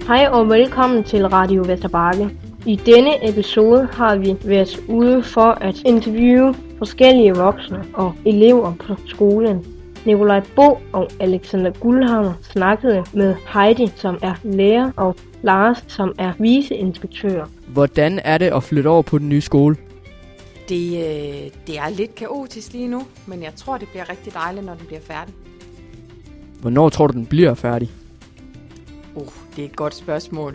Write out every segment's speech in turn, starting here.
Hej og velkommen til Radio Vesterbakke. I denne episode har vi været ude for at interviewe forskellige voksne og elever på skolen. Nikolaj Bo og Alexander Guldhammer snakkede med Heidi, som er lærer, og Lars, som er viceinspektør. Hvordan er det at flytte over på den nye skole? Det er lidt kaotisk lige nu, men jeg tror, det bliver rigtig dejligt, når den bliver færdig. Hvornår tror du, den bliver færdig? Det er et godt spørgsmål.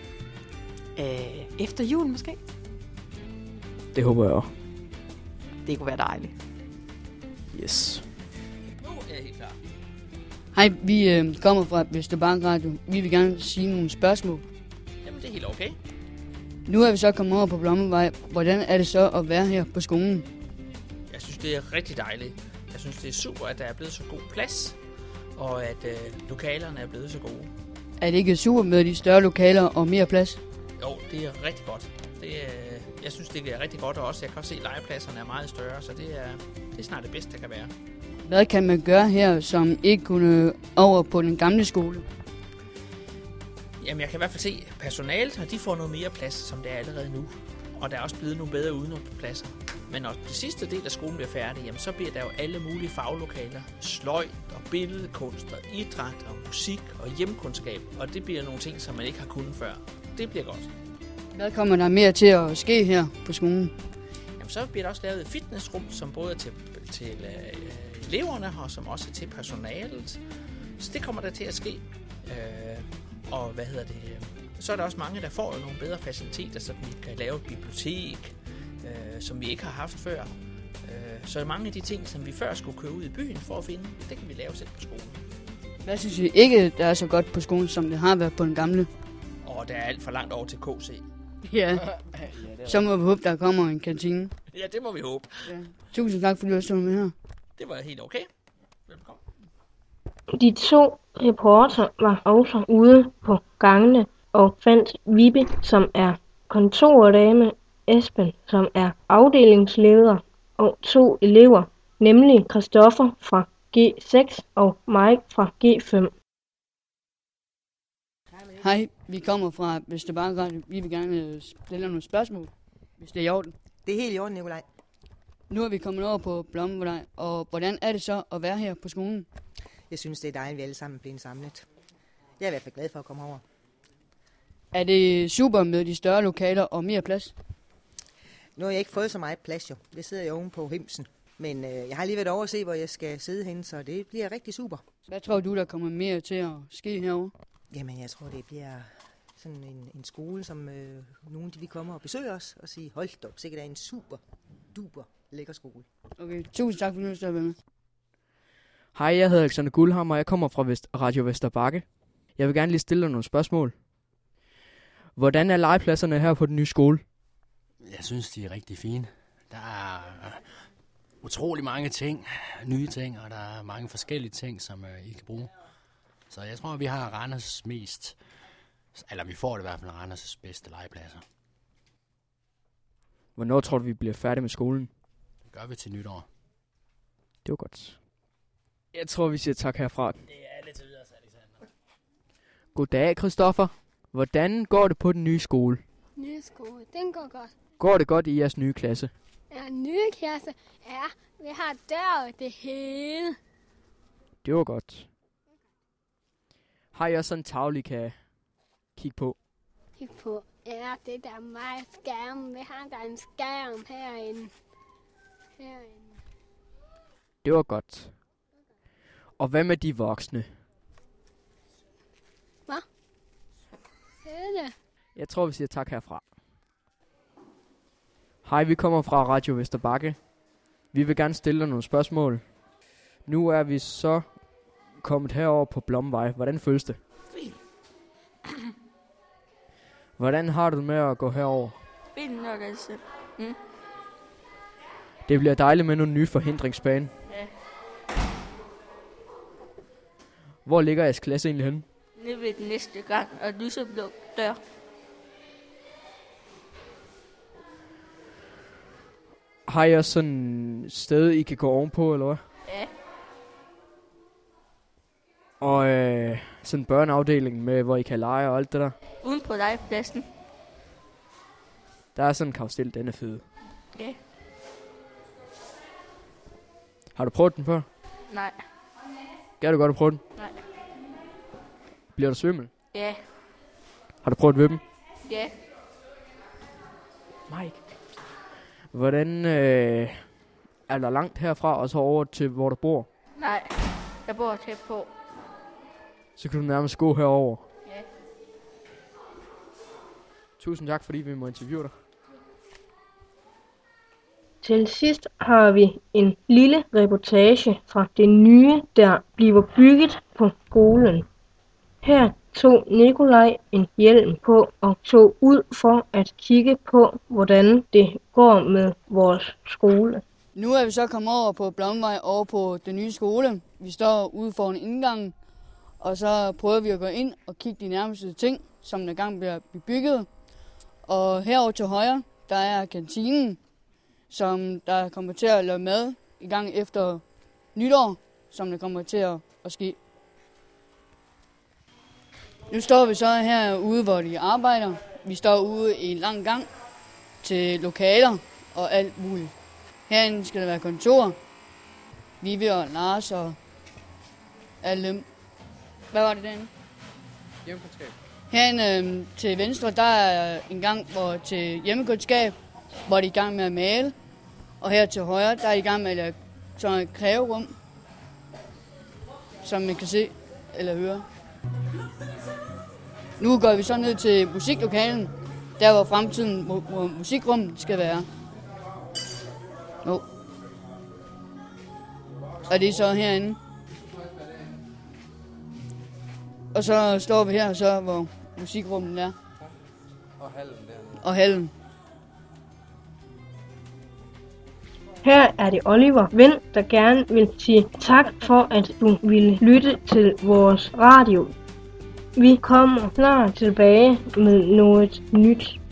Efter jul måske? Det håber jeg også. Det kunne være dejligt. Yes. Nu er jeg helt klar. Hej, vi kommer fra Vesterbakke Radio. Vi vil gerne sige nogle spørgsmål. Jamen, det er helt okay. Nu er vi så kommet over på Blommevej. Hvordan er det så at være her på skolen? Jeg synes, det er rigtig dejligt. Jeg synes, det er super, at der er blevet så god plads, og at lokalerne er blevet så gode. Er det ikke super med de større lokaler og mere plads? Jo, det er rigtig godt. Jeg synes, det er rigtig godt, og også jeg kan også se, at legepladserne er meget større, så det er snart det bedste, der kan være. Hvad kan man gøre her, som ikke kunne over på den gamle skole? Jamen, jeg kan i hvert fald se, at personalet, og de får noget mere plads, som det er allerede nu. Og der er også blevet nogle bedre udenomspladser. Men når det sidste del af skolen bliver færdig, jamen, så bliver der jo alle mulige faglokaler. Sløjd og billedkunst og idræt og musik og hjemkundskab. Og det bliver nogle ting, som man ikke har kunnet før. Det bliver godt. Hvad kommer der mere til at ske her på skolen? Jamen, så bliver der også lavet et fitnessrum, som både er til eleverne og som også er til personalet. Så det kommer der til at ske. Og så er der også mange, der får nogle bedre faciliteter, så vi kan lave et bibliotek, som vi ikke har haft før. Så mange af de ting, som vi før skulle køre ud i byen for at finde, det kan vi lave selv på skolen. Hvad synes I ikke, der er så godt på skolen, som det har været på den gamle? Og der er alt for langt over til KC. Ja, så må vi håbe, der kommer en kantine. Ja, det må vi håbe. Ja. Tusind tak, fordi du også var med her. Det var helt okay. Velkommen. De to reporter var også ude på gangene og fandt Vibe, som er kontordame, Esben, som er afdelingsleder, og to elever, nemlig Christoffer fra G6 og Mike fra G5. Hej, vi kommer fra Vesterbakke Radio. Vi vil gerne stille nogle spørgsmål, hvis det er i orden. Det er helt i orden, Nikolaj. Nu er vi kommet over på Blommevej, og hvordan er det så at være her på skolen? Jeg synes, det er dejligt, at vi alle sammen bliver samlet. Jeg er i hvert fald glad for at komme over. Er det super med de større lokaler og mere plads? Nu har jeg ikke fået så meget plads, jo. Jeg sidder jo oven på Himsen. Men jeg har lige været over at se, hvor jeg skal sidde henne, så det bliver rigtig super. Hvad tror du, der kommer mere til at ske herovre? Jamen, jeg tror, det bliver sådan en skole, som nogen de vil komme og besøge os og sige, hold da op, sikkert er en super duper lækker skole. Okay, tusind tak for at du med. Hej, jeg hedder Alexander Guldhammer, og jeg kommer fra Radio Vesterbakke. Jeg vil gerne lige stille dig nogle spørgsmål. Hvordan er legepladserne her på den nye skole? Jeg synes, de er rigtig fine. Der er utrolig mange ting, nye ting, og der er mange forskellige ting, som I kan bruge. Så jeg tror, vi har Randers mest, eller vi får det i hvert fald Randers bedste legepladser. Hvornår tror du, vi bliver færdige med skolen? Det gør vi til nytår. Det var godt. Jeg tror, vi siger tak herfra. Det er lidt videre, Alexander. Goddag, Christoffer. Hvordan går det på den nye skole? Nye skole, den går godt. Går det godt i jeres nye klasse? Ja, nye klasse. Ja, vi har dør det hele. Det var godt. Har I også sådan en tavle, I kan kigge på? Kig på. Ja, det der er meget skærm. Vi har der en skærm herinde. Det var godt. Og hvad med de voksne? Hvad? Søde. Jeg tror, vi siger tak herfra. Hej, vi kommer fra Radio Vesterbakke. Vi vil gerne stille dig nogle spørgsmål. Nu er vi så kommet herover på Blommevej. Hvordan føles det? Fint. Hvordan har du det med at gå herover? Fint nok altså. Det bliver dejligt med nogle nye forhindringsbane. Ja. Hvor ligger jeres klasse egentlig henne? Nede ved den næste gang, og lyseblå dør. Har I også sådan et sted, I kan gå ovenpå, eller hvad? Ja. Og sådan en børneafdeling med, hvor I kan lege og alt det der? Uden på legepladsen. Der er sådan en karusel, den er fed. Ja. Har du prøvet den før? Nej. Gad du godt at prøve den? Nej. Bliver du svimmel? Ja. Har du prøvet ved dem? Ja. Mike. Hvordan er der langt herfra og så over til, hvor du bor? Nej. Jeg bor tæt på. Så kan du nærmest gå herover. Ja. Tusind tak, fordi vi må interviewe dig. Til sidst har vi en lille reportage fra det nye, der bliver bygget på skolen. Her tog Nikolaj en hjelm på og tog ud for at kigge på, hvordan det går med vores skole. Nu er vi så kommet over på Blomvej over på den nye skole. Vi står ude foran indgangen, og så prøver vi at gå ind og kigge de nærmeste ting, som der gang bliver bygget. Og herover til højre, der er kantinen, som der kommer til at lave mad i gang efter nytår, som der kommer til at ske. Nu står vi så herude, hvor de arbejder. Vi står ude i en lang gang til lokaler og alt muligt. Herinde skal der være kontor. Vivi og Lars og alle dem. Hvad var det derinde? Hjemmekundskab. Herinde til venstre, der er en gang til hjemmekundskab, hvor de er i gang med at male. Og her til højre, der er de i gang med at lave sådan et kræverum, som man kan se eller høre. Nu går vi så ned til musiklokalen, der hvor fremtiden hvor musikrummet skal være. Og det er så herinde. Og så står vi her, så hvor musikrummet er. Og hallen der. Og hallen. Her er det Oliver Vind, der gerne vil sige tak for, at du ville lytte til vores radio. Vi kommer snart tilbage med noget nyt.